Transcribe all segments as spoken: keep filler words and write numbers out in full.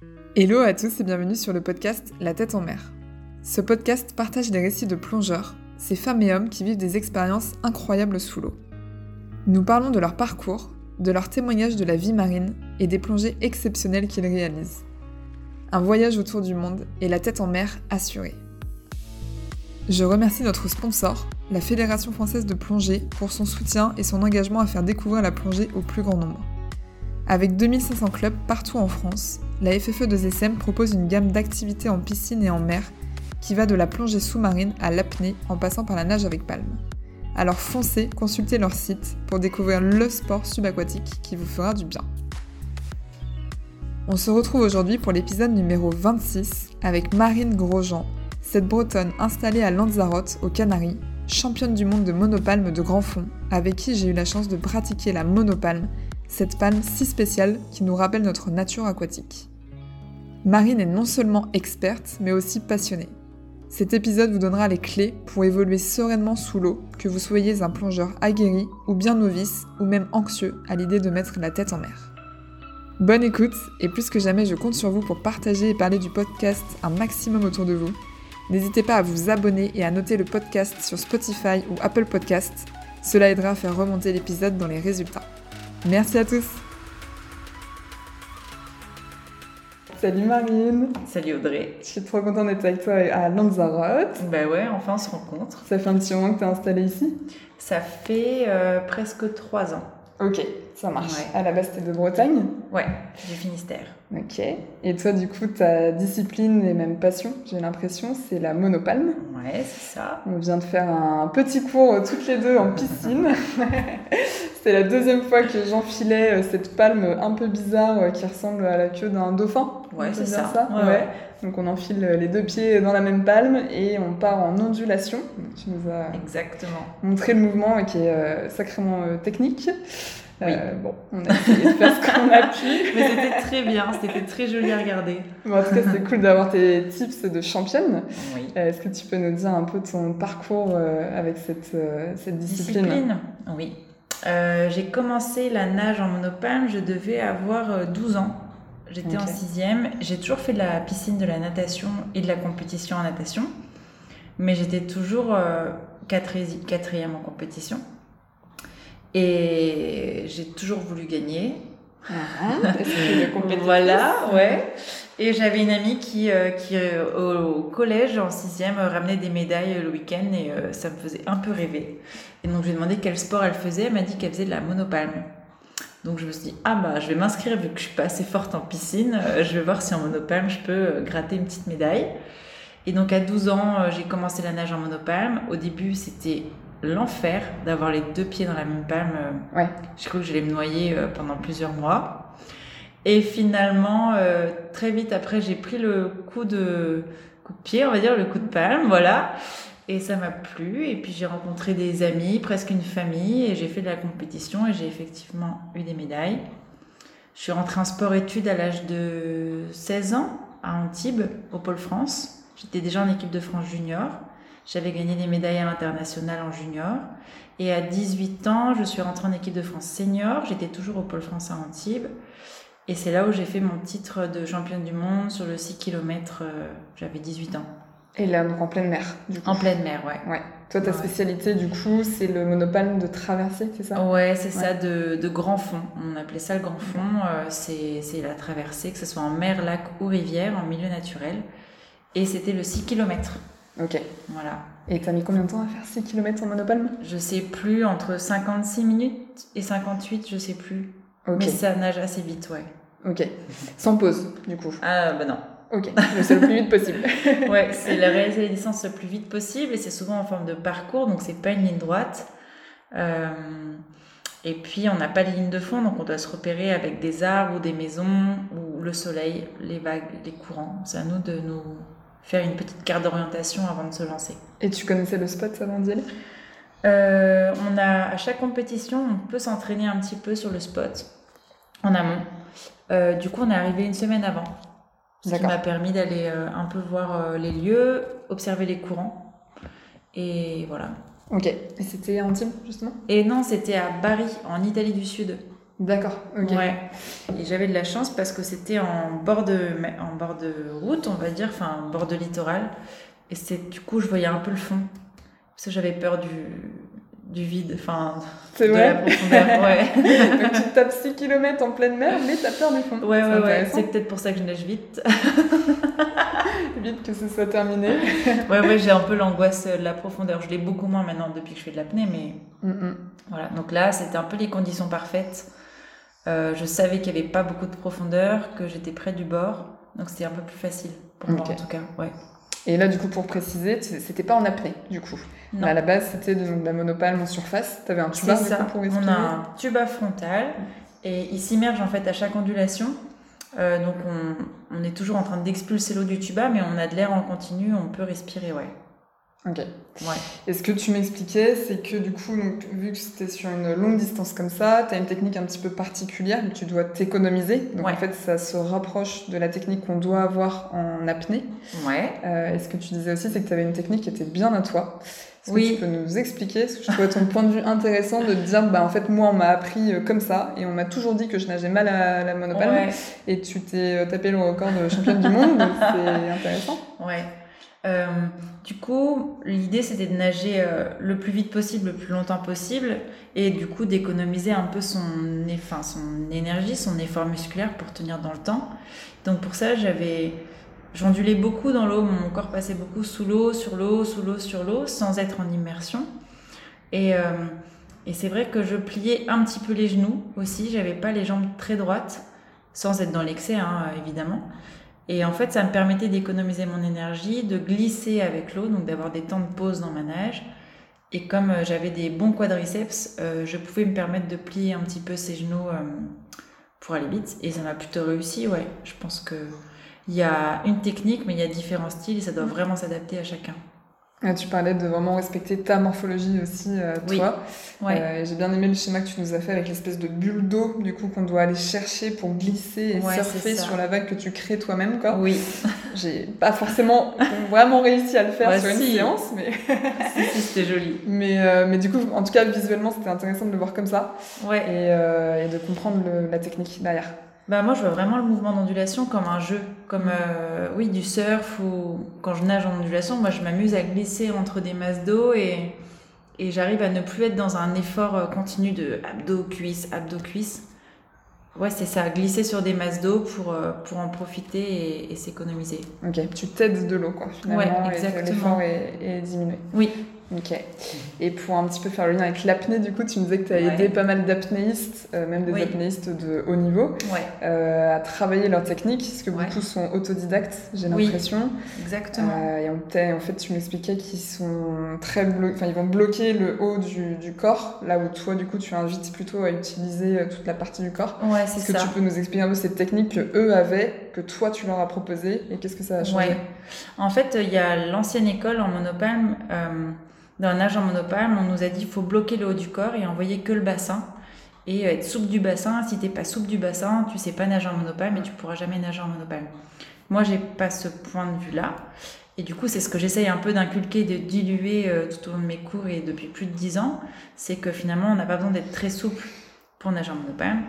Hello à tous et bienvenue sur le podcast La tête en mer. Ce podcast partage des récits de plongeurs, ces femmes et hommes qui vivent des expériences incroyables sous l'eau. Nous parlons de leur parcours, de leurs témoignages de la vie marine et des plongées exceptionnelles qu'ils réalisent. Un voyage autour du monde et la tête en mer assurée. Je remercie notre sponsor, la Fédération française de plongée, pour son soutien et son engagement à faire découvrir la plongée au plus grand nombre. Avec deux mille cinq cents clubs partout en France, la F F E deux S M propose une gamme d'activités en piscine et en mer qui va de la plongée sous-marine à l'apnée en passant par la nage avec palme. Alors foncez, consultez leur site pour découvrir le sport subaquatique qui vous fera du bien. On se retrouve aujourd'hui pour l'épisode numéro vingt-six avec Marine Grosjean, cette bretonne installée à Lanzarote, aux Canaries, championne du monde de monopalme de grand fond, avec qui j'ai eu la chance de pratiquer la monopalme, cette palme si spéciale qui nous rappelle notre nature aquatique. Marine est non seulement experte, mais aussi passionnée. Cet épisode vous donnera les clés pour évoluer sereinement sous l'eau, que vous soyez un plongeur aguerri ou bien novice, ou même anxieux à l'idée de mettre la tête en mer. Bonne écoute, et plus que jamais je compte sur vous pour partager et parler du podcast un maximum autour de vous. N'hésitez pas à vous abonner et à noter le podcast sur Spotify ou Apple Podcasts, cela aidera à faire remonter l'épisode dans les résultats. Merci à tous. Salut Marine. Salut Audrey. Je suis trop contente d'être avec toi à Lanzarote. Bah ouais, enfin on se rencontre. Ça fait un petit moment que t'es installée ici ? Ça fait euh, presque trois ans. Ok, ça marche. Ouais. À la base, t'es de Bretagne ? Ouais, du Finistère. Ok. Et toi, du coup, ta discipline et même passion, j'ai l'impression, c'est la monopalme. Ouais, c'est ça. On vient de faire un petit cours toutes les deux en piscine. C'était la deuxième fois que j'enfilais cette palme un peu bizarre qui ressemble à la queue d'un dauphin. Ouais, c'est bien ça. ça ouais, ouais. ouais. Donc on enfile les deux pieds dans la même palme et on part en ondulation. Tu nous as Exactement. montré le mouvement qui est euh, sacrément euh, technique. Oui. Euh, bon, on a essayé de faire ce qu'on a pu. Mais c'était très bien, c'était très joli à regarder. Bon, en tout cas, c'est cool d'avoir tes tips de championne. Oui. Euh, est-ce que tu peux nous dire un peu ton parcours euh, avec cette, euh, cette discipline, Discipline, oui. Euh, j'ai commencé la nage en monopalme, je devais avoir douze ans. J'étais Ok. en sixième. J'ai toujours fait de la piscine, de la natation et de la compétition en natation. Mais j'étais toujours euh, quatri- quatrième en compétition. Et j'ai toujours voulu gagner. Ah, esprit de compétition. Voilà, ouais. Et j'avais une amie qui, euh, qui euh, au, au collège, en sixième, euh, ramenait des médailles euh, le week-end et euh, ça me faisait un peu rêver. Et donc je lui ai demandé quel sport elle faisait. Elle m'a dit qu'elle faisait de la monopalme. Donc je me suis dit, ah bah je vais m'inscrire vu que je suis pas assez forte en piscine. Euh, je vais voir si en monopalme je peux euh, gratter une petite médaille. Et donc à douze ans, euh, j'ai commencé la nage en monopalme. Au début, c'était l'enfer d'avoir les deux pieds dans la même palme. Ouais. J'ai cru que j'allais me noyer euh, pendant plusieurs mois. Et finalement, euh, très vite après, j'ai pris le coup de, coup de pied, on va dire, le coup de palme, voilà. Et ça m'a plu. Et puis j'ai rencontré des amis, presque une famille, et j'ai fait de la compétition et j'ai effectivement eu des médailles. Je suis rentrée en sport-études à l'âge de seize ans à Antibes, au Pôle France. J'étais déjà en équipe de France junior. J'avais gagné des médailles à l'international en junior. Et à dix-huit ans, je suis rentrée en équipe de France senior. J'étais toujours au Pôle France à Antibes. Et c'est là où j'ai fait mon titre de championne du monde sur le six kilomètres. Euh, j'avais dix-huit ans. Et là, donc en pleine mer, du coup. En pleine mer, ouais. Ouais. Toi, ta Ouais. spécialité, du coup, c'est le monopalme de traversée, c'est ça ? Ouais, c'est Ouais. ça, de, de grand fond. On appelait ça le grand fond. Euh, c'est, c'est la traversée, que ce soit en mer, lac ou rivière, en milieu naturel. Et c'était le six kilomètres. Ok. Voilà. Et t'as mis combien de temps à faire six kilomètres en monopalme ? Je sais plus, entre cinquante-six minutes et cinquante-huit, je sais plus. Ok. Mais ça nage assez vite, ouais. Ok. Sans pause, du coup. Ah, bah non. Ok. Mais c'est le plus vite possible. Ouais, c'est la réaliser les distances le plus vite possible et c'est souvent en forme de parcours, donc c'est pas une ligne droite. Euh, et puis on n'a pas de ligne de fond, donc on doit se repérer avec des arbres ou des maisons ou le soleil, les vagues, les courants. C'est à nous de nous faire une petite carte d'orientation avant de se lancer. Et tu connaissais le spot avant d'y aller ? Euh, on a, à chaque compétition, on peut s'entraîner un petit peu sur le spot en amont. Euh, du coup, on est arrivé une semaine avant. Ce qui D'accord. m'a permis d'aller euh, un peu voir euh, les lieux, observer les courants. Et voilà. Ok. Et c'était à Antibes, justement ? Et non, c'était à Bari, en Italie du Sud. D'accord, ok. Ouais. Et j'avais de la chance parce que c'était en bord de, en bord de route, on va dire, enfin, en bord de littoral. Et c'est, du coup, je voyais un peu le fond. Parce que j'avais peur du, du vide, enfin, c'est de vrai la profondeur. Ouais. Donc tu tapes six kilomètres en pleine mer, mais t'as peur du fond. Ouais, c'est ouais, ouais. C'est peut-être pour ça que je nage vite. Vite que ce soit terminé. Ouais, ouais, j'ai un peu l'angoisse de la profondeur. Je l'ai beaucoup moins maintenant depuis que je fais de l'apnée, mais Mm-mm. voilà. Donc là, c'était un peu les conditions parfaites. Euh, je savais qu'il n'y avait pas beaucoup de profondeur, que j'étais près du bord, donc c'était un peu plus facile pour moi Ok. en tout cas. Ouais. Et là, du coup, pour préciser, t- c'était pas en apnée, du coup. Non. Mais à la base, c'était de, de la monopalme en surface. T'avais un tuba, C'est du ça. coup, pour respirer. On a un tuba frontal et il s'immerge en fait à chaque ondulation. Euh, donc on, on est toujours en train d'expulser l'eau du tuba, mais on a de l'air en continu, on peut respirer, ouais. Ok. Ouais. Et ce que tu m'expliquais, c'est que du coup, donc, vu que c'était sur une longue distance comme ça, tu as une technique un petit peu particulière où tu dois t'économiser. Donc Ouais. en fait, ça se rapproche de la technique qu'on doit avoir en apnée. Ouais. Euh, et ce que tu disais aussi, c'est que tu avais une technique qui était bien à toi. Est-ce Oui. que tu peux nous expliquer? Parce que je trouvais ton point de vue intéressant de te dire, bah en fait, moi, on m'a appris comme ça et on m'a toujours dit que je nageais mal à la monopalme. Ouais. Et tu t'es tapé le record de championne du monde, donc c'est intéressant. Ouais. Euh, du coup, l'idée c'était de nager euh, le plus vite possible, le plus longtemps possible, et du coup d'économiser un peu son, enfin, son énergie, son effort musculaire pour tenir dans le temps. Donc pour ça, j'avais, j'ondulais beaucoup dans l'eau, mon corps passait beaucoup sous l'eau, sur l'eau, sous l'eau, sur l'eau, sans être en immersion. Et, euh, et c'est vrai que je pliais un petit peu les genoux aussi, j'avais pas les jambes très droites, sans être dans l'excès, hein, évidemment. Et en fait, ça me permettait d'économiser mon énergie, de glisser avec l'eau, donc d'avoir des temps de pause dans ma nage. Et comme euh, j'avais des bons quadriceps, euh, je pouvais me permettre de plier un petit peu ces genoux euh, pour aller vite. Et ça m'a plutôt réussi, ouais. Je pense qu'il y a une technique, mais il y a différents styles et ça doit vraiment s'adapter à chacun. Ah, tu parlais de vraiment respecter ta morphologie aussi, euh, Oui. toi. Ouais. Euh, j'ai bien aimé le schéma que tu nous as fait avec l'espèce de bulle d'eau, du coup, qu'on doit aller chercher pour glisser et Ouais, surfer c'est ça. sur la vague que tu crées toi-même, quoi. Oui. J'ai pas forcément vraiment réussi à le faire Ouais, sur si. une séance, mais... si, si, c'était joli. mais, euh, mais du coup, en tout cas, visuellement, c'était intéressant de le voir comme ça Ouais. et, euh, et de comprendre le- la technique derrière. Bah moi, je vois vraiment le mouvement d'ondulation comme un jeu, comme euh, oui, du surf ou quand je nage en ondulation, moi je m'amuse à glisser entre des masses d'eau et, et j'arrive à ne plus être dans un effort continu de abdos, cuisses, abdos, cuisses. Ouais, c'est ça, glisser sur des masses d'eau pour, pour en profiter et, et s'économiser. Ok, tu t'aides de l'eau, quoi, finalement, Ouais, et exactement. l'effort est, est diminué. Oui. Ok. Et pour un petit peu faire le lien avec l'apnée, du coup, tu me disais que tu as Ouais. aidé pas mal d'apnéistes, euh, même des Oui. apnéistes de haut niveau, Ouais, euh, à travailler leur technique, parce que Ouais. beaucoup sont autodidactes, j'ai Oui. l'impression. exactement. Euh, et en, fait- en fait, tu m'expliquais qu'ils sont très blo- enfin, ils vont bloquer le haut du, du corps, là où toi, du coup, tu invites plutôt à utiliser euh, toute la partie du corps. Ouais, c'est Est-ce que ça. tu peux nous expliquer un peu cette technique que eux avaient, que toi, tu leur as proposé, et qu'est-ce que ça a changé? Ouais. En fait, il y a l'ancienne école en monopalme. Euh, dans un nage en monopalme, on nous a dit qu'il faut bloquer le haut du corps et envoyer que le bassin. Et être souple du bassin. Si tu n'es pas souple du bassin, tu ne sais pas nager en monopalme et tu ne pourras jamais nager en monopalme. Moi, j'ai pas ce point de vue-là. Et du coup, c'est ce que j'essaye un peu d'inculquer, de diluer euh, tout au long de mes cours et depuis plus de dix ans. C'est que finalement, on n'a pas besoin d'être très souple pour nager en monopalme.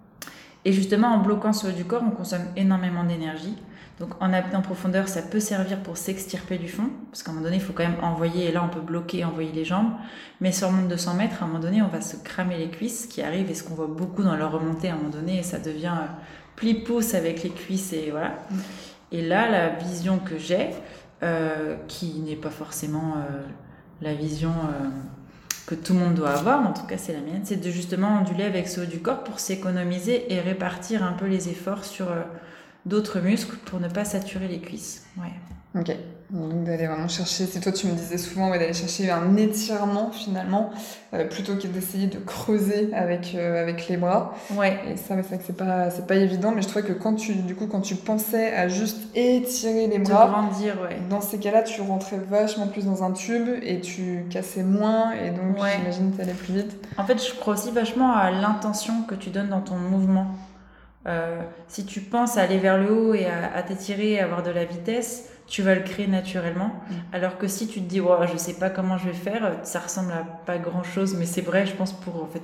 Et justement, en bloquant ce haut du corps, on consomme énormément d'énergie. Donc en apnée en profondeur, ça peut servir pour s'extirper du fond, parce qu'à un moment donné, il faut quand même envoyer, et là on peut bloquer, envoyer les jambes. Mais sur le monde de cent mètres, à un moment donné, on va se cramer les cuisses, qui arrive, et ce qu'on voit beaucoup dans leur remontée, à un moment donné, ça devient euh, pli-pouce avec les cuisses, et voilà. Et là, la vision que j'ai, euh, qui n'est pas forcément euh, la vision euh, que tout le monde doit avoir, en tout cas c'est la mienne, c'est de justement onduler avec ce haut du corps pour s'économiser et répartir un peu les efforts sur... Euh, d'autres muscles pour ne pas saturer les cuisses. Ouais. Ok, donc d'aller vraiment chercher, c'est toi tu me disais souvent, ouais, d'aller chercher un étirement finalement, euh, plutôt que d'essayer de creuser avec, euh, avec les bras. Ouais. Et ça, c'est vrai que c'est pas, c'est pas évident, mais je trouvais que quand tu, du coup, quand tu pensais à juste étirer les bras, de grandir, ouais. Dans ces cas-là, tu rentrais vachement plus dans un tube et tu cassais moins, et donc ouais. j'imagine que tu allais plus vite. En fait, je crois aussi vachement à l'intention que tu donnes dans ton mouvement. Euh, si tu penses à aller vers le haut et à, à t'étirer, à avoir de la vitesse, tu vas le créer naturellement. Mmh. Alors que si tu te dis, oh, je sais pas comment je vais faire, ça ressemble à pas grand chose, mais c'est vrai, je pense, pour en fait,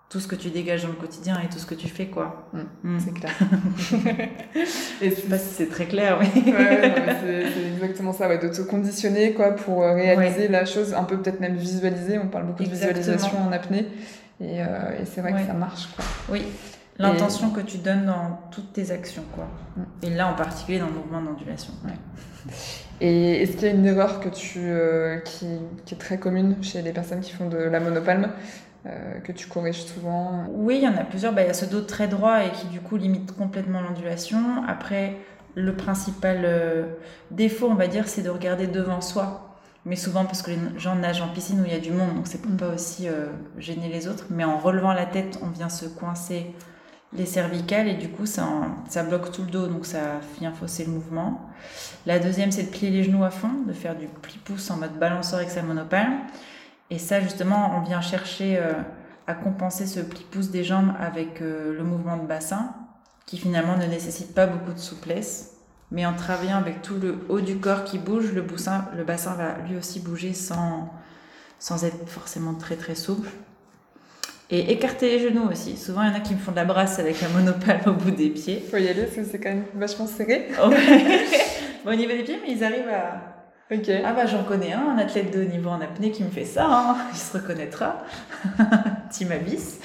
tout ce que tu dégages dans le quotidien et tout ce que tu fais, quoi. Mmh, mmh. C'est clair. Et je sais pas si c'est très clair, mais... ouais, ouais, non, mais c'est, c'est exactement ça, ouais, de te conditionner quoi, pour réaliser ouais. la chose, un peu peut-être même visualiser. On parle beaucoup exactement. de visualisation en apnée. Et, euh, et c'est vrai ouais. que ça marche, quoi. Oui, l'intention et... que tu donnes dans toutes tes actions, quoi. Mmh. Et là, en particulier, dans le mouvement d'ondulation. Ouais. Et est-ce qu'il y a une erreur que tu, euh, qui, qui est très commune chez les personnes qui font de la monopalme, euh, que tu corriges souvent? Oui, il y en a plusieurs. Bah, il y a ce dos très droit et qui, du coup, limite complètement l'ondulation. Après, le principal euh, défaut, on va dire, c'est de regarder devant soi. Mais souvent, parce que les gens nagent en piscine où il y a du monde, donc c'est pour pas aussi euh, gêner les autres. Mais en relevant la tête, on vient se coincer les cervicales et du coup, ça, ça bloque tout le dos, donc ça vient fausser le mouvement. La deuxième, c'est de plier les genoux à fond, de faire du pli-pouce en mode balanceur avec sa monopalme. Et ça, justement, on vient chercher euh, à compenser ce pli-pouce des jambes avec euh, le mouvement de bassin, qui finalement ne nécessite pas beaucoup de souplesse. Mais en travaillant avec tout le haut du corps qui bouge, le bassin, le bassin va lui aussi bouger sans, sans être forcément très très souple. Et écarter les genoux aussi. Souvent, il y en a qui me font de la brasse avec la monopalme au bout des pieds. Faut y aller parce que c'est quand même vachement serré. Bon, au niveau des pieds, mais ils arrivent à... Ok. Ah bah j'en connais un, un athlète de haut niveau en apnée qui me fait ça, hein. Il se reconnaîtra. Team Abyss.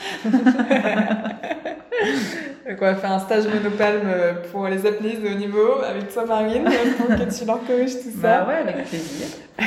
Donc on va faire un stage monopalme pour les apnéistes de haut niveau avec toi Marine, pour que tu leur corriges tout ça. Bah ouais, avec plaisir.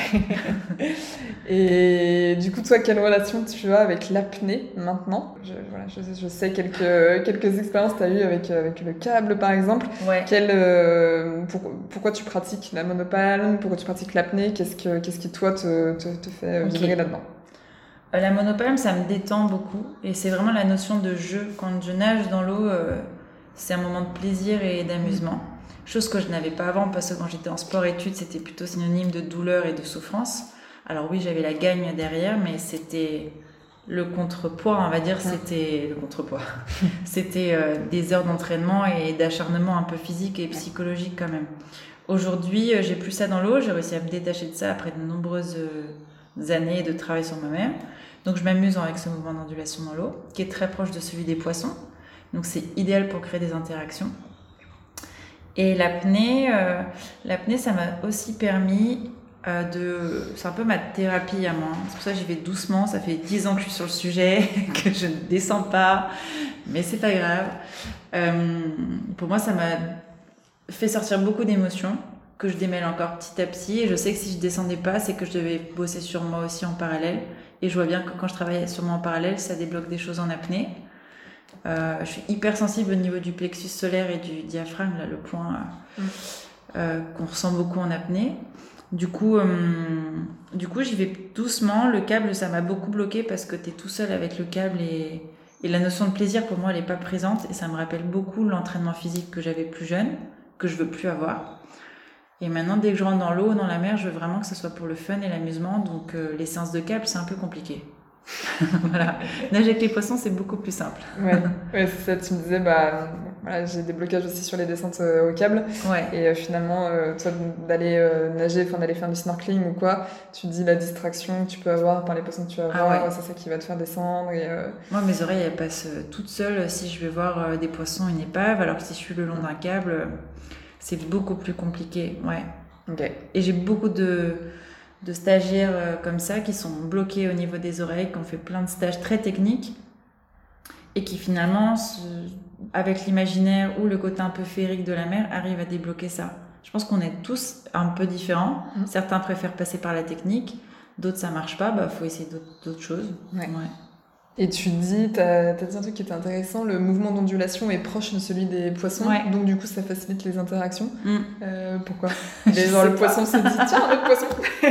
Et du coup, toi, quelle relation tu as avec l'apnée maintenant? je, voilà, je, je sais quelques, quelques expériences que tu as eues avec, avec le câble, par exemple. Ouais. Quel, euh, pour, pourquoi tu pratiques la monopalme? Pourquoi tu pratiques l'apnée? Qu'est-ce, que, qu'est-ce qui, toi, te, te, te fait vibrer okay. là-dedans? La monopalme, ça me détend beaucoup. Et c'est vraiment la notion de jeu. Quand je nage dans l'eau, euh, c'est un moment de plaisir et d'amusement. Chose que je n'avais pas avant, parce que quand j'étais en sport-études, c'était plutôt synonyme de douleur et de souffrance. Alors oui, j'avais la gagne derrière, mais c'était le contrepoids, on va dire, c'était le contrepoids. C'était euh, des heures d'entraînement et d'acharnement un peu physique et psychologique quand même. Aujourd'hui, j'ai plus ça dans l'eau. J'ai réussi à me détacher de ça après de nombreuses années de travail sur moi-même. Donc je m'amuse avec ce mouvement d'ondulation dans l'eau, qui est très proche de celui des poissons. Donc c'est idéal pour créer des interactions. Et l'apnée, euh, l'apnée, ça m'a aussi permis euh, de... C'est un peu ma thérapie à moi. C'est pour ça que j'y vais doucement. Ça fait dix ans que je suis sur le sujet, que je ne descends pas, mais c'est pas grave. Euh, pour moi, ça m'a fait sortir beaucoup d'émotions que je démêle encore petit à petit. Et je sais que si je descendais pas, c'est que je devais bosser sur moi aussi en parallèle. Et je vois bien que quand je travaille sur moi en parallèle, ça débloque des choses en apnée. Euh, je suis hyper sensible au niveau du plexus solaire et du diaphragme, là, le point euh, mmh. euh, qu'on ressent beaucoup en apnée. Du coup, euh, du coup, j'y vais doucement. Le câble, ça m'a beaucoup bloqué parce que tu es tout seul avec le câble et, et la notion de plaisir, pour moi, elle n'est pas présente. Et ça me rappelle beaucoup l'entraînement physique que j'avais plus jeune, que je veux plus avoir. Et maintenant, dès que je rentre dans l'eau, dans la mer, je veux vraiment que ce soit pour le fun et l'amusement. Donc, euh, les séances de câble, c'est un peu compliqué. Voilà. Nager avec les poissons, c'est beaucoup plus simple. Ouais, ouais, c'est ça. Tu me disais, bah, voilà, j'ai des blocages aussi sur les descentes euh, au câble. Ouais. Et euh, finalement, euh, toi, d'aller euh, nager, enfin d'aller faire du snorkeling ou quoi, tu te dis la distraction que tu peux avoir par les poissons que tu vas voir, ah ouais. c'est ça qui va te faire descendre. Et, euh... Moi, mes oreilles, elles passent toutes seules si je vais voir euh, des poissons, une épave, alors que si je suis le long d'un câble, euh, c'est beaucoup plus compliqué. Ouais. Okay. Et j'ai beaucoup de de stagiaires euh, comme ça qui sont bloqués au niveau des oreilles, qui ont fait plein de stages très techniques et qui finalement, avec l'imaginaire ou le côté un peu féerique de la mer, arrivent à débloquer ça. Je pense qu'on est tous un peu différents. Mmh. Certains préfèrent passer par la technique, d'autres ça marche pas, bah faut essayer d'autres, d'autres choses. Ouais. Ouais. Et tu dis, t'as, t'as dit un truc qui était intéressant, le mouvement d'ondulation est proche de celui des poissons, ouais. donc du coup ça facilite les interactions. Mm. Euh, pourquoi les, genre, Le poisson se dit, tiens, un autre poisson.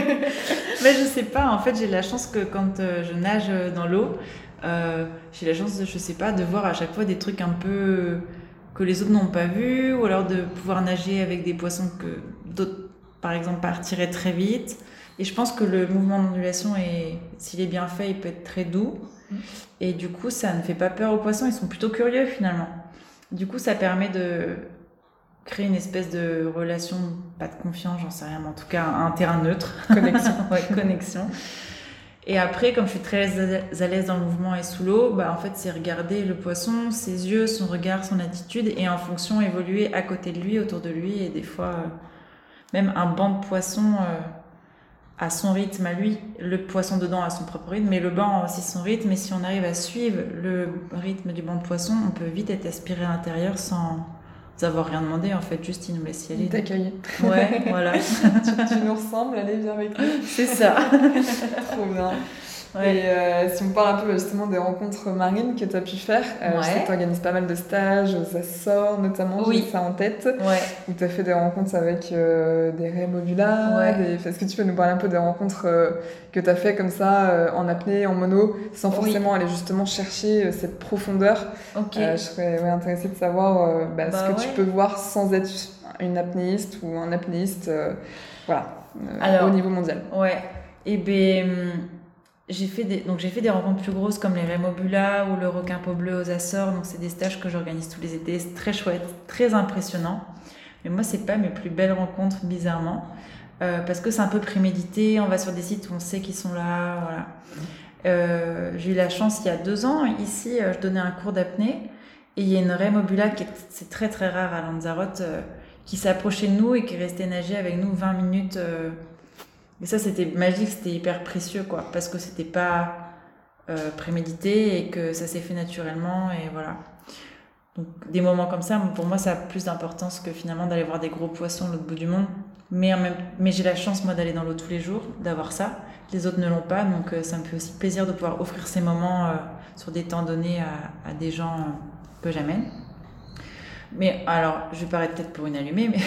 Mais je sais pas, en fait j'ai la chance que quand euh, je nage dans l'eau, euh, j'ai la chance, de, je sais pas, de voir à chaque fois des trucs un peu que les autres n'ont pas vus, ou alors de pouvoir nager avec des poissons que d'autres, par exemple, partiraient très vite. Et je pense que le mouvement d'ondulation, est, s'il est bien fait, il peut être très doux. Et du coup, ça ne fait pas peur aux poissons, ils sont plutôt curieux finalement. Du coup, ça permet de créer une espèce de relation, pas de confiance, j'en sais rien, mais en tout cas un terrain neutre. Connexion. Ouais, connexion. Et après, comme je suis très à l'aise dans le mouvement et sous l'eau, bah, en fait, c'est regarder le poisson, ses yeux, son regard, son attitude, et en fonction, évoluer à côté de lui, autour de lui, et des fois, euh, même un banc de poissons euh, a son rythme à lui. Le poisson dedans a son propre rythme, mais le banc a aussi son rythme, et si on arrive à suivre le rythme du banc de poisson, on peut vite être aspiré à l'intérieur sans avoir rien demandé, en fait, juste il nous laisse y aller. Il t'accueille. Ouais, voilà. tu, tu nous ressembles, allez, viens avec nous. C'est ça. Trop bien. Ouais. Et euh, si on parle un peu justement des rencontres marines que tu as pu faire, euh, ouais. je sais que tu organises pas mal de stages, ça sort notamment, oui. j'ai ça en tête, ouais. où tu as fait des rencontres avec euh, des raies modulas. Ouais. Des... Est-ce que tu peux nous parler un peu des rencontres euh, que tu as fait comme ça, euh, en apnée, en mono, sans forcément oui. aller justement chercher euh, cette profondeur. Okay. Euh, je serais ouais, intéressée de savoir euh, bah, bah, ce que ouais. tu peux voir sans être une apnéiste ou un apnéiste euh, voilà, euh, Alors, au niveau mondial. Ouais, et ben... J'ai fait, des, donc j'ai fait des rencontres plus grosses comme les Remobula ou le requin peau bleue aux Açores. Donc c'est des stages que j'organise tous les étés. C'est très chouette, très impressionnant. Mais moi, c'est pas mes plus belles rencontres, bizarrement. Euh, parce que c'est un peu prémédité. On va sur des sites où on sait qu'ils sont là. Voilà. Euh, j'ai eu la chance, il y a deux ans, ici, je donnais un cours d'apnée. Et il y a une Remobula, qui est, c'est très très rare à Lanzarote, euh, qui s'est approchée de nous et qui est restée nager avec nous vingt minutes. Euh, Et ça, c'était magique, c'était hyper précieux, quoi, parce que c'était pas euh, prémédité et que ça s'est fait naturellement, et voilà. Donc, des moments comme ça, pour moi, ça a plus d'importance que finalement d'aller voir des gros poissons à l'autre bout du monde. Mais, en même, mais j'ai la chance, moi, d'aller dans l'eau tous les jours, d'avoir ça. Les autres ne l'ont pas, donc euh, ça me fait aussi plaisir de pouvoir offrir ces moments euh, sur des temps donnés à, à des gens euh, que j'amène. Mais alors, je vais paraître peut-être pour une allumée, mais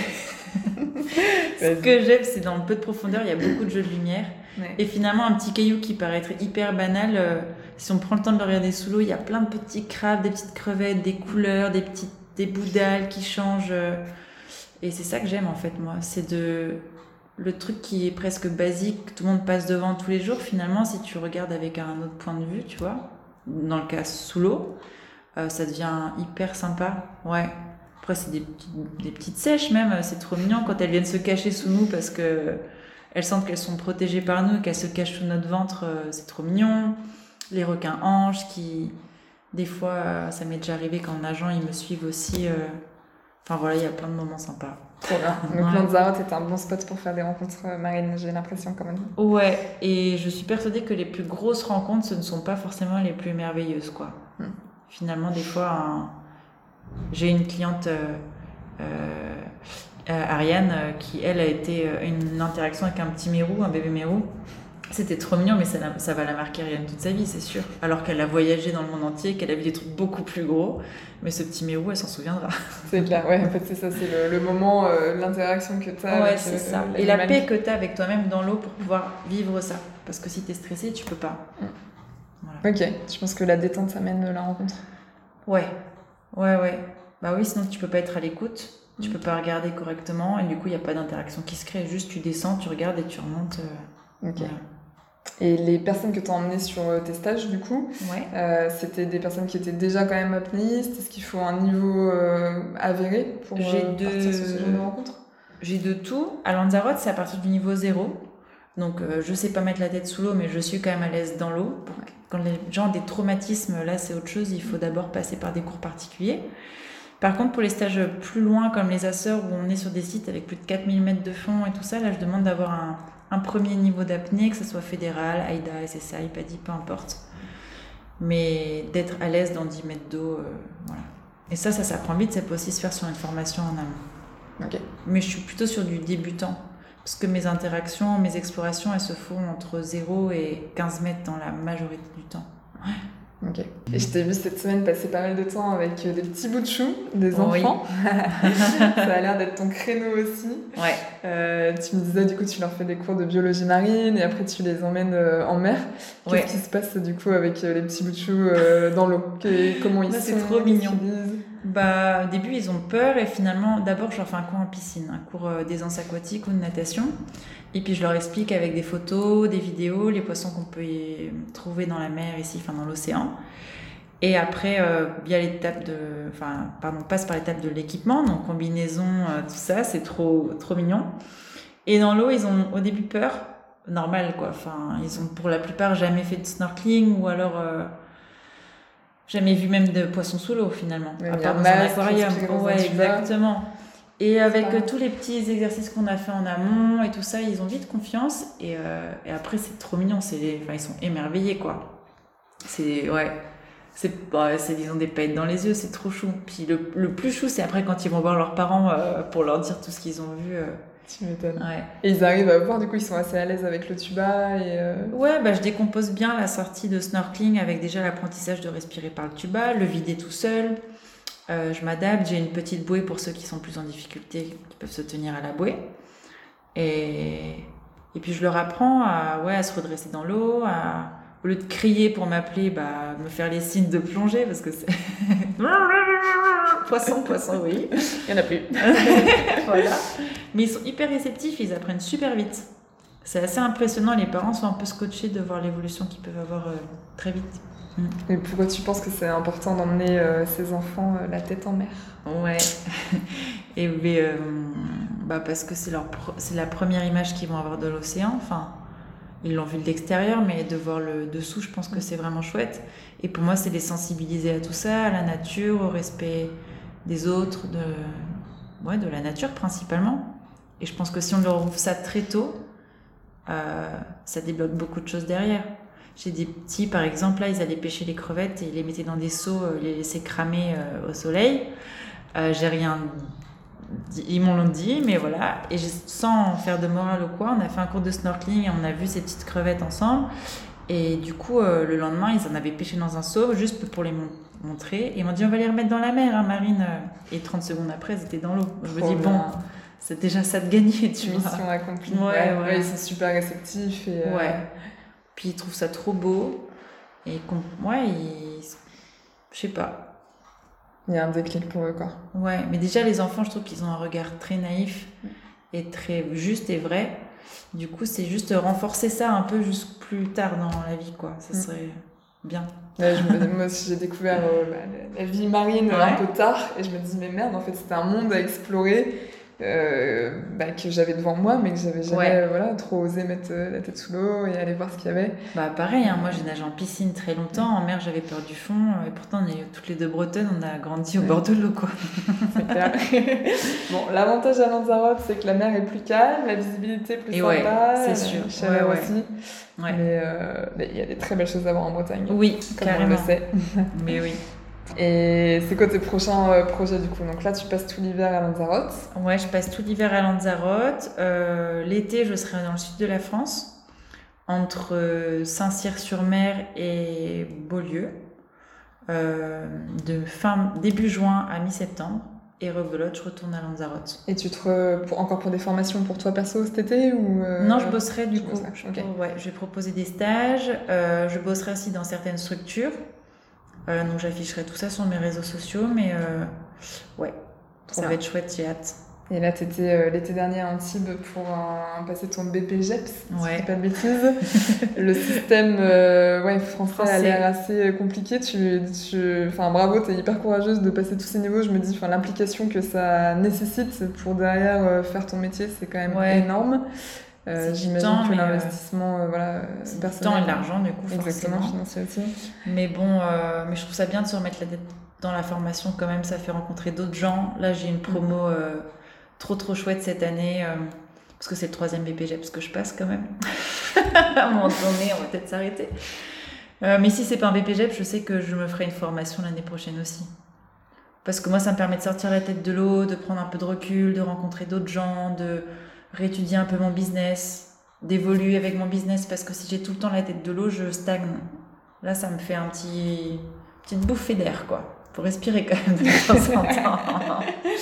ce que j'aime, c'est dans le peu de profondeur, il y a beaucoup de jeux de lumière. Ouais. Et finalement, un petit caillou qui paraîtrait hyper banal, euh, si on prend le temps de le regarder sous l'eau, il y a plein de petits crabes, des petites crevettes, des couleurs, des petites des bouts d'algues qui changent. Euh, et c'est ça que j'aime, en fait, moi. C'est de le truc qui est presque basique, que tout le monde passe devant tous les jours. Finalement, si tu regardes avec un autre point de vue, tu vois, dans le cas sous l'eau, euh, ça devient hyper sympa. Ouais. Après, c'est des petites, des petites sèches même, c'est trop mignon quand elles viennent se cacher sous nous parce qu'elles sentent qu'elles sont protégées par nous, qu'elles se cachent sous notre ventre, c'est trop mignon. Les requins anges qui, des fois, ça m'est déjà arrivé qu'en nageant, ils me suivent aussi. Enfin voilà, il y a plein de moments sympas. Trop bien. Donc ouais. Lanzarote est un bon spot pour faire des rencontres marines, j'ai l'impression quand même. Ouais, et je suis persuadée que les plus grosses rencontres, ce ne sont pas forcément les plus merveilleuses, quoi. Hmm. Finalement, des fois... Un... J'ai une cliente, euh, euh, Ariane, euh, qui, elle, a été euh, une interaction avec un petit mérou, un bébé mérou. C'était trop mignon, mais ça, ça va la marquer Ariane toute sa vie, c'est sûr. Alors qu'elle a voyagé dans le monde entier, qu'elle a vu des trucs beaucoup plus gros. Mais ce petit mérou, elle s'en souviendra. C'est clair, ouais, en fait, c'est ça, c'est le, le moment, euh, l'interaction que tu as. Ouais, avec, c'est euh, ça. Et la paix que tu as avec toi-même dans l'eau pour pouvoir vivre ça. Parce que si tu es stressé, tu peux pas. Mm. Voilà. Ok, je pense que la détente, ça mène la rencontre. Ouais. Ouais, ouais. Bah oui, sinon tu peux pas être à l'écoute, tu mmh. peux pas regarder correctement et du coup il n'y a pas d'interaction qui se crée, juste tu descends, tu regardes et tu remontes. Euh, ok. Voilà. Et les personnes que tu as emmenées sur tes stages, du coup, ouais. euh, c'était des personnes qui étaient déjà quand même apnéistes. Est-ce qu'il faut un niveau euh, avéré pour J'ai euh, de... partir sur ce genre de rencontre? J'ai de tout. À Lanzarote, c'est à partir du niveau zéro. Donc euh, je sais pas mettre la tête sous l'eau, mais je suis quand même à l'aise dans l'eau. Quand les gens ont des traumatismes, là c'est autre chose, il faut d'abord passer par des cours particuliers. Par contre, pour les stages plus loin, comme les Açores, où on est sur des sites avec plus de quatre mille mètres de fond et tout ça, là, je demande d'avoir un, un premier niveau d'apnée, que ce soit fédéral, AIDA, S S A, I P A D I, peu importe. Mais d'être à l'aise dans dix mètres d'eau, euh, voilà. Et ça, ça s'apprend vite, ça peut aussi se faire sur une formation en amont. Okay. Mais je suis plutôt sur du débutant, parce que mes interactions, mes explorations, elles se font entre zéro et quinze mètres dans la majorité du temps. Ouais. Ok. Et je t'ai vu cette semaine passer pas mal de temps avec des petits bouts de chou, des enfants. Oui. Ça a l'air d'être ton créneau aussi. Ouais. Euh, tu me disais, du coup, tu leur fais des cours de biologie marine et après tu les emmènes euh, en mer. Qu'est-ce ouais. qui se passe du coup avec euh, les petits bouts de chou euh, dans l'eau? Comment ils bah, sont? C'est trop mignon. Bah, au début, ils ont peur et finalement, d'abord, je leur fais un cours en piscine, un cours euh, d'aisance aquatique ou de natation. Et puis, je leur explique avec des photos, des vidéos, les poissons qu'on peut y trouver dans la mer ici, enfin dans l'océan. Et après, euh, il y a l'étape de... Enfin, pardon, on passe par l'étape de l'équipement, donc combinaison, euh, tout ça, c'est trop, trop mignon. Et dans l'eau, ils ont au début peur. normal, quoi. Enfin, ils ont pour la plupart jamais fait de snorkeling ou alors euh, jamais vu même de poissons sous l'eau finalement. Mais à il y a part un dans un masque, aquarium. expliquer dans un Ouais, tuba. exactement. Et avec pas euh, tous les petits exercices qu'on a fait en amont et tout ça, ils ont vite confiance. Et, euh, et après, c'est trop mignon. C'est les- enfin, ils sont émerveillés, quoi. C'est ouais. C'est, bah, c'est disons des paillettes dans les yeux, c'est trop chou. Puis le, le plus chou, c'est après quand ils vont voir leurs parents euh, pour leur dire tout ce qu'ils ont vu. euh. Tu m'étonnes. Ouais. Et ils arrivent à voir, du coup, ils sont assez à l'aise avec le tuba et... euh, Ouais, bah, je décompose bien la sortie de snorkeling avec déjà l'apprentissage de respirer par le tuba, le vider tout seul. Euh, je m'adapte, j'ai une petite bouée pour ceux qui sont plus en difficulté, qui peuvent se tenir à la bouée. Et, et puis je leur apprends à, ouais, à se redresser dans l'eau, à, au lieu de crier pour m'appeler, bah, me faire les signes de plongée parce que c'est. Poisson, poisson, oui. Il n'y en a plus. Voilà. Mais ils sont hyper réceptifs, ils apprennent super vite. C'est assez impressionnant, les parents sont un peu scotchés de voir l'évolution qu'ils peuvent avoir euh, très vite. Mm. Et pourquoi tu penses que c'est important d'emmener euh, ces enfants euh, la tête en mer? Ouais. Et mais, euh, bah parce que c'est leur pro- c'est la première image qu'ils vont avoir de l'océan. Enfin, ils l'ont vu de l'extérieur, mais de voir le dessous, je pense que c'est vraiment chouette. Et pour moi, c'est les sensibiliser à tout ça, à la nature, au respect des autres, de ouais, de la nature principalement. Et je pense que si on leur ouvre ça très tôt, euh, ça débloque beaucoup de choses derrière. J'ai des petits, par exemple, là, ils allaient pêcher les crevettes et ils les mettaient dans des seaux, euh, les laissaient cramer euh, au soleil. Euh, j'ai rien dit, ils m'ont dit, mais voilà. Et j'ai- sans faire de morale ou quoi, on a fait un cours de snorkeling et on a vu ces petites crevettes ensemble. Et du coup, euh, le lendemain, ils en avaient pêché dans un seau, juste pour les mon- montrer. Et ils m'ont dit, on va les remettre dans la mer, hein, Marine. Et trente secondes après, elles étaient dans l'eau. Je me Trop dis, bien. bon, c'est déjà ça de gagner, tu vois. Mission accomplie. Ouais, Ouais, ouais. ouais, ils sont super réceptifs et... euh, Ouais. Puis ils trouvent ça trop beau. Et qu'on- ouais, ils... je sais pas. Il y a un déclic pour eux, quoi. Ouais, mais déjà, les enfants, je trouve qu'ils ont un regard très naïf et très juste et vrai. Du coup, c'est juste renforcer ça un peu juste plus tard dans la vie, quoi. Ça Mm. serait bien. Ouais, je me- moi aussi, j'ai découvert euh, bah, la, la vie marine euh, un Ouais. peu tard et je me dis, mais merde, en fait, c'était un monde à explorer euh, bah, que j'avais devant moi, mais que j'avais jamais Ouais. euh, voilà, trop osé mettre euh, la tête sous l'eau et aller voir ce qu'il y avait. Bah pareil, hein, moi j'ai nagé en piscine très longtemps, en mer j'avais peur du fond, et pourtant on est toutes les deux bretonnes, on a grandi au Ouais. bord de l'eau, quoi. C'est clair. Bon, l'avantage à Lanzarote, c'est que la mer est plus calme, la visibilité est plus Et ouais, sympa, c'est la sûr. chaleur Ouais, ouais. aussi. Ouais. Mais euh, mais il y a des très belles choses à voir en Bretagne, Oui, comme on carrément. le sait. Mais oui. Et c'est quoi tes prochains euh, projets du coup? Donc là, tu passes tout l'hiver à Lanzarote. Ouais, je passe tout l'hiver à Lanzarote. Euh, l'été, je serai dans le sud de la France, entre euh, Saint-Cyr-sur-Mer et Beaulieu, euh, de fin début juin à mi-septembre. Et rebelote, je retourne à Lanzarote. Et tu te re- pour, encore pour des formations pour toi perso cet été ou euh, Non, je bosserai du tu coup. bosserais, Je, ok. ouais, je vais proposer des stages. Euh, je bosserai aussi dans certaines structures. Euh, donc j'afficherai tout ça sur mes réseaux sociaux. Mais euh, ouais, Trop ça bien. va être chouette, j'ai hâte. Et là, tu étais l'été dernier à Antibes pour un- passer ton B P G E P S, si je Ouais. dis pas de bêtises. Le système euh, ouais, français, a Français. l'air assez compliqué. Tu, tu, enfin, bravo, tu es hyper courageuse de passer tous ces niveaux. Je me dis, enfin, l'implication que ça nécessite pour derrière euh, faire ton métier, c'est quand même Ouais. énorme. Euh, C'est du J'imagine temps, que mais, euh, l'investissement euh, voilà, C'est du personnel. temps et de l'argent, du coup, Exactement, forcément. financier aussi. Mais bon, euh, mais je trouve ça bien de se remettre la tête dans la formation quand même. Ça fait rencontrer d'autres gens. Là, j'ai une promo euh, trop trop chouette cette année. euh, parce que c'est le troisième B P G E P S que je passe quand même. À un moment donné, on va peut-être s'arrêter. Euh, mais si c'est pas un B P G E P S, je sais que je me ferai une formation l'année prochaine aussi. Parce que moi, ça me permet de sortir la tête de l'eau, de prendre un peu de recul, de rencontrer d'autres gens, de réétudier un peu mon business, d'évoluer avec mon business. Parce que si j'ai tout le temps la tête de l'eau, je stagne. Là, ça me fait un petit petite bouffée d'air, quoi. Faut respirer quand même de temps en temps.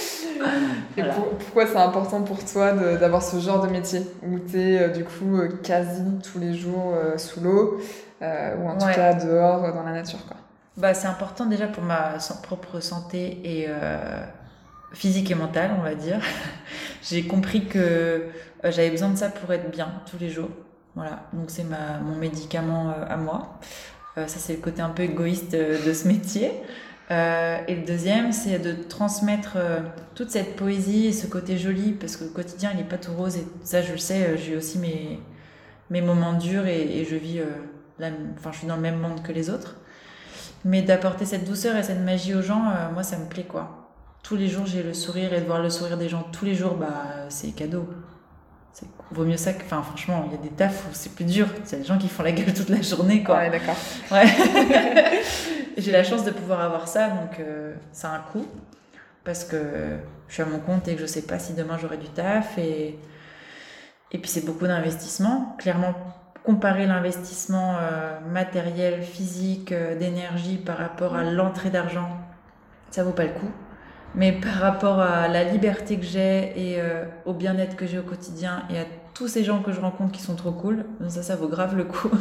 Et Voilà. pour- pourquoi c'est important pour toi de- d'avoir ce genre de métier où tu es du coup euh, quasi tous les jours euh, sous l'eau euh, ou en tout Ouais. cas dehors euh, dans la nature quoi. Bah, c'est important déjà pour ma san- propre santé et euh, physique et mentale, on va dire. J'ai compris que euh, j'avais besoin de ça pour être bien tous les jours. Voilà, donc c'est ma, mon médicament euh, à moi. Euh, ça, c'est le côté un peu égoïste euh, de ce métier. Euh, et le deuxième, c'est de transmettre euh, toute cette poésie et ce côté joli, parce que le quotidien, il n'est pas tout rose. Et ça, je le sais, euh, j'ai aussi mes, mes moments durs et, et je vis, euh, la, enfin, je suis dans le même monde que les autres. Mais d'apporter cette douceur et cette magie aux gens, euh, moi, ça me plaît, quoi. Tous les jours, j'ai le sourire et de voir le sourire des gens tous les jours, bah, c'est cadeau. C'est, vaut mieux ça que, enfin, franchement, il y a des tafs où c'est plus dur. Il y a des gens qui font la gueule toute la journée, quoi. Ouais, d'accord. Ouais. J'ai la chance de pouvoir avoir ça, donc euh, ça a un coût. Parce que je suis à mon compte et que je sais pas si demain j'aurai du taf. Et, et puis, c'est beaucoup d'investissement. Clairement, comparer l'investissement euh, matériel, physique, euh, d'énergie par rapport à l'entrée d'argent, ça vaut pas le coup. Mais par rapport à la liberté que j'ai et euh, au bien-être que j'ai au quotidien et à tous ces gens que je rencontre qui sont trop cool, ça, ça vaut grave le coup.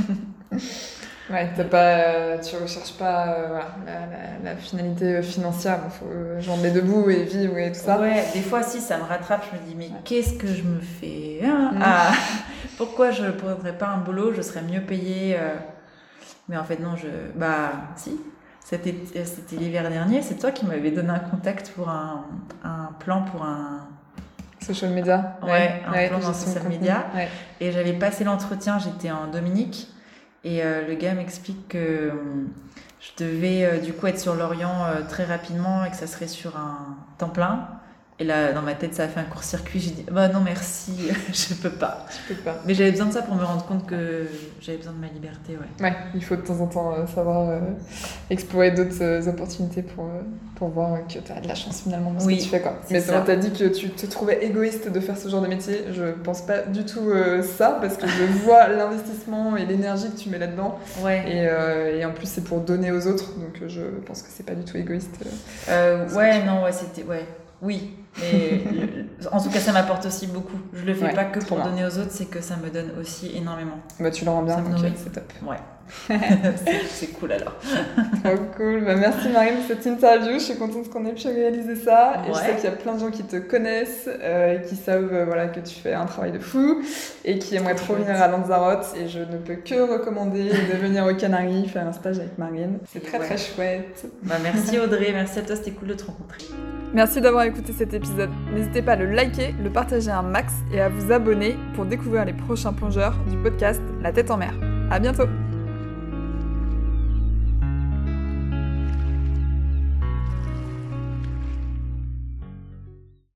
Ouais, t'as pas, tu recherches pas euh, voilà, la, la, la finalité financière, il faut euh, genre les debout et vivre et tout ça. Ouais, des fois si ça me rattrape, je me dis mais ouais. Qu'est-ce que je me fais hein mmh. ah, pourquoi je ne prendrais pas un boulot, je serais mieux payée euh... Mais en fait non, je bah si. C'était, c'était l'hiver dernier, c'est toi qui m'avais donné un contact pour un, un plan pour un... Social media. Ouais, ouais un ouais, plan dans social media. Ouais. Et j'avais passé l'entretien, j'étais en Dominique. Et euh, le gars m'explique que euh, je devais euh, du coup être sur Lorient euh, très rapidement et que ça serait sur un temps plein. Et là, dans ma tête, ça a fait un court-circuit. J'ai dit, bah non, merci, je peux pas. Je peux pas. Mais j'avais besoin de ça pour me rendre compte que j'avais besoin de ma liberté, ouais. Ouais, il faut de temps en temps euh, savoir euh, explorer d'autres euh, opportunités pour, euh, pour voir que tu as de la chance finalement dans ce oui, que tu fais, quoi. Mais tu as dit que tu te trouvais égoïste de faire ce genre de métier. Je pense pas du tout euh, ça, parce que je vois l'investissement et l'énergie que tu mets là-dedans. Ouais. Et, euh, et en plus, c'est pour donner aux autres, donc je pense que c'est pas du tout égoïste. Euh, ouais, non, ouais, c'était... Ouais. Oui, mais le, en tout cas ça m'apporte aussi beaucoup. Je le fais ouais, pas que pour bien. Donner aux autres, c'est que ça me donne aussi énormément. Bah tu le rends bien, donc c'est top. Ouais, c'est, c'est cool alors. Trop cool, bah, merci Marine pour cette interview, je suis contente qu'on ait pu réaliser ça. Et ouais. Je sais qu'il y a plein de gens qui te connaissent, euh, et qui savent euh, voilà, que tu fais un travail de fou et qui aimeraient trop venir à Lanzarote, et je ne peux que recommander de venir aux Canaries faire un stage avec Marine. C'est très ouais. très chouette. Bah, merci Audrey, merci à toi, c'était cool de te rencontrer. Merci d'avoir écouté cet épisode. N'hésitez pas à le liker, le partager un max et à vous abonner pour découvrir les prochains plongeurs du podcast La Tête en Mer. À bientôt!